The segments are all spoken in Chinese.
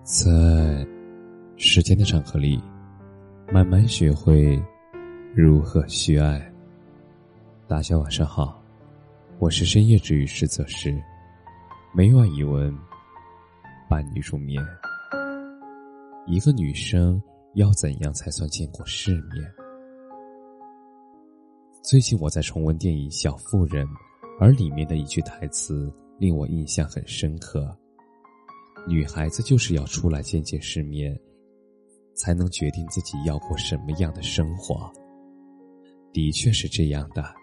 在时间的长河里，慢慢学会如何去爱。大家晚上好，我是深夜治愈师则是每晚一文伴你入眠。一个女生要怎样才算见过世面？最近我在重温电影《小妇人》，而里面的一句台词令我印象很深刻。女孩子就是要出来见见世面，才能决定自己要过什么样的生活。的确是这样的。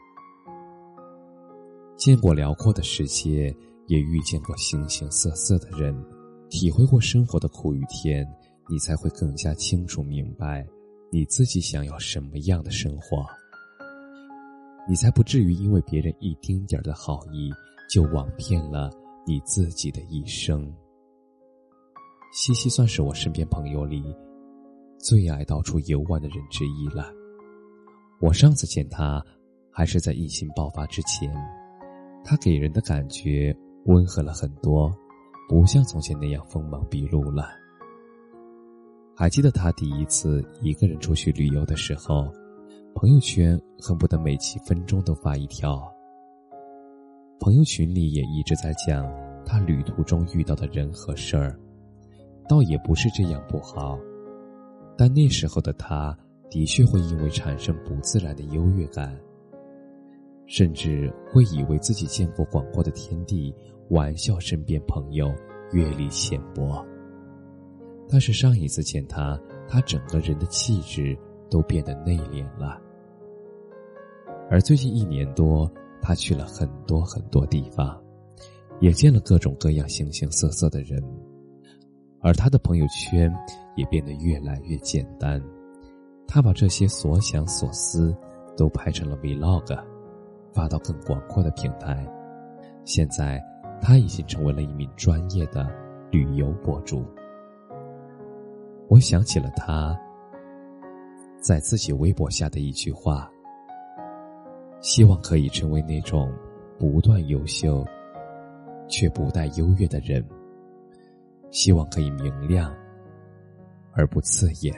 见过辽阔的世界，也遇见过形形色色的人，体会过生活的苦与甜，你才会更加清楚明白你自己想要什么样的生活。你才不至于因为别人一丁点的好意，就枉骗了你自己的一生。西西算是我身边朋友里最爱到处游玩的人之一了。我上次见他还是在疫情爆发之前，他给人的感觉温和了很多，不像从前那样锋芒毕露了。还记得他第一次一个人出去旅游的时候，朋友圈恨不得每几分钟都发一条。朋友群里也一直在讲他旅途中遇到的人和事儿，倒也不是这样不好，但那时候的他的确会因为产生不自然的优越感，甚至会以为自己见过广阔的天地，玩笑身边朋友阅历浅薄。但是上一次见他，他整个人的气质都变得内敛了。而最近1年多，他去了很多很多地方，也见了各种各样形形色色的人，而他的朋友圈也变得越来越简单。他把这些所想所思都拍成了 vlog， 发到更广阔的平台。现在他已经成为了一名专业的旅游博主。我想起了他在自己微博下的一句话，希望可以成为那种不断优秀却不带优越的人，希望可以明亮而不刺眼，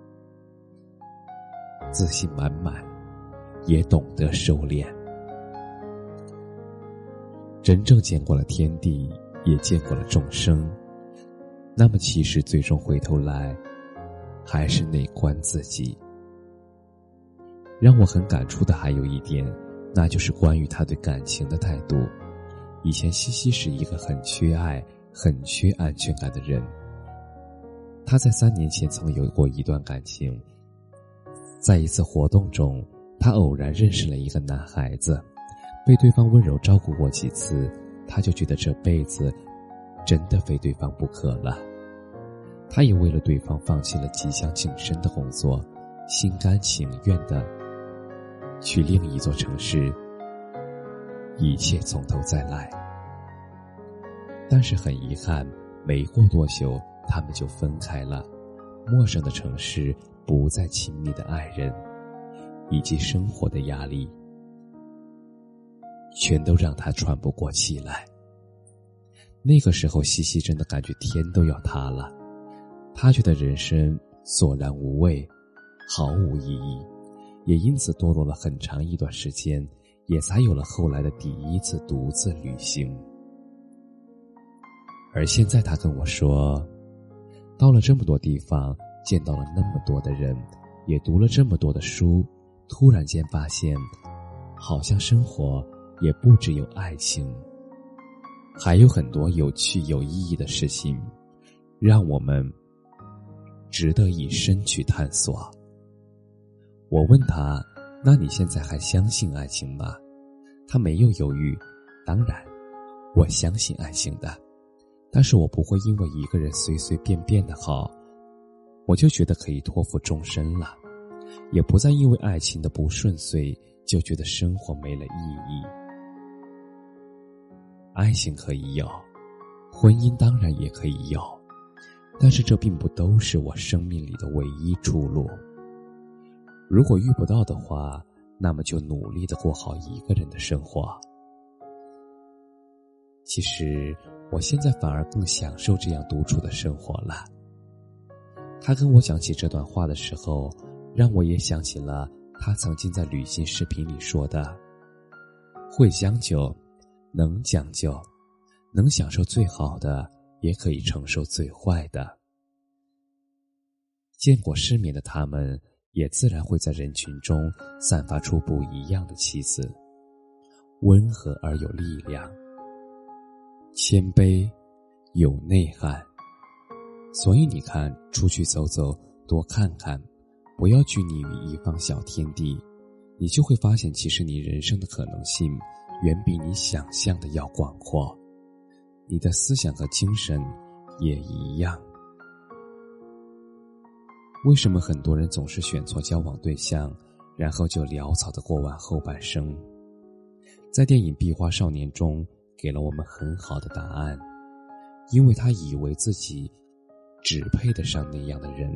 自信满满，也懂得收敛。真正见过了天地，也见过了众生，那么其实最终回头来还是内观自己。让我很感触的还有一点，那就是关于他对感情的态度。以前西西是一个很缺爱很缺安全感的人，他在3年前曾有过一段感情。在一次活动中，他偶然认识了一个男孩子，被对方温柔照顾过几次，他就觉得这辈子真的非对方不可了。他也为了对方放弃了即将晋升的工作，心甘情愿地去另一座城市，一切从头再来。但是很遗憾，没过多久他们就分开了。陌生的城市，不再亲密的爱人，以及生活的压力，全都让他喘不过气来。那个时候西西真的感觉天都要塌了，他觉得人生索然无味，毫无意义，也因此堕落了很长一段时间，也才有了后来的第一次独自旅行。而现在他跟我说，到了这么多地方，见到了那么多的人，也读了这么多的书，突然间发现，好像生活也不只有爱情，还有很多有趣有意义的事情，让我们值得一生去探索。我问他，那你现在还相信爱情吗？他没有犹豫，当然，我相信爱情的，但是我不会因为一个人随随便便的好，我就觉得可以托付终身了，也不再因为爱情的不顺遂就觉得生活没了意义。爱情可以有，婚姻当然也可以有，但是这并不都是我生命里的唯一出路。如果遇不到的话，那么就努力地过好一个人的生活。其实我现在反而更享受这样独处的生活了。 他跟我讲起这段话的时候，让我也想起了他曾经在旅行视频里说的：会将就，能将就，能享受最好的，也可以承受最坏的。见过世面的他们，也自然会在人群中散发出不一样的气质，温和而有力量，谦卑有内涵。所以你看，出去走走，多看看，不要拘泥于一方小天地，你就会发现，其实你人生的可能性远比你想象的要广阔，你的思想和精神也一样。为什么很多人总是选错交往对象，然后就潦草地过完后半生？在电影《壁花少年》中给了我们很好的答案，因为他以为自己只配得上那样的人。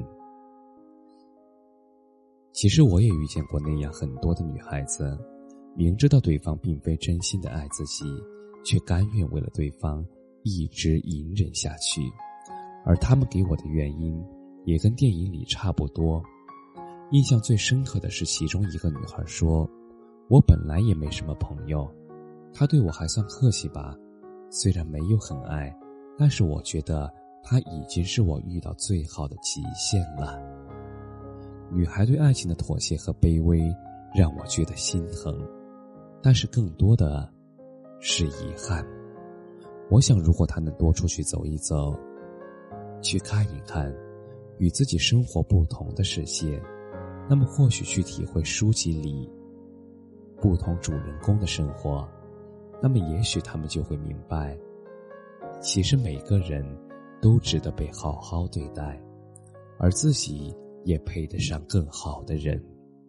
其实我也遇见过那样很多的女孩子，明知道对方并非真心的爱自己，却甘愿为了对方一直隐忍下去，而他们给我的原因也跟电影里差不多。印象最深刻的是其中一个女孩说，我本来也没什么朋友，他对我还算客气吧，虽然没有很爱，但是我觉得他已经是我遇到最好的极限了。女孩对爱情的妥协和卑微让我觉得心疼，但是更多的是遗憾。我想如果她能多出去走一走，去看一看与自己生活不同的世界，那么或许去体会书籍里不同主人公的生活，那么也许他们就会明白，其实每个人都值得被好好对待，而自己也配得上更好的人。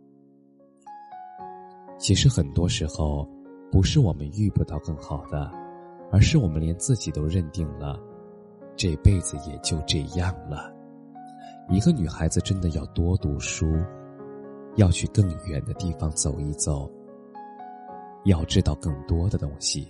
其实很多时候不是我们遇不到更好的，而是我们连自己都认定了这辈子也就这样了。一个女孩子真的要多读书，要去更远的地方走一走，要知道更多的东西，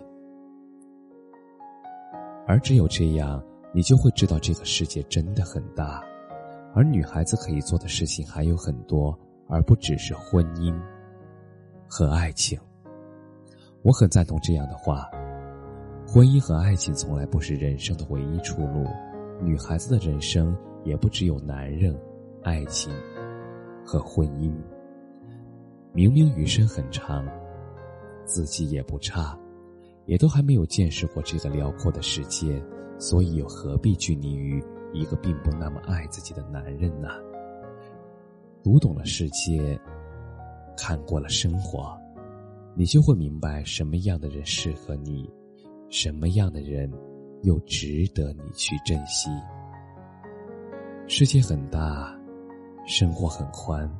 而只有这样，你就会知道这个世界真的很大，而女孩子可以做的事情还有很多，而不只是婚姻和爱情。我很赞同这样的话，婚姻和爱情从来不是人生的唯一出路，女孩子的人生也不只有男人、爱情和婚姻。明明余生很长，自己也不差，也都还没有见识过这个辽阔的世界，所以又何必拘泥于一个并不那么爱自己的男人呢？读懂了世界，看过了生活，你就会明白什么样的人适合你，什么样的人又值得你去珍惜。世界很大，生活很宽，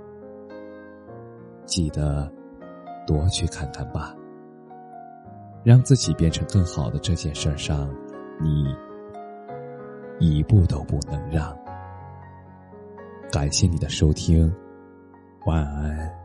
记得多去看看吧。让自己变成更好的这件事上，你一步都不能让。感谢你的收听，晚安。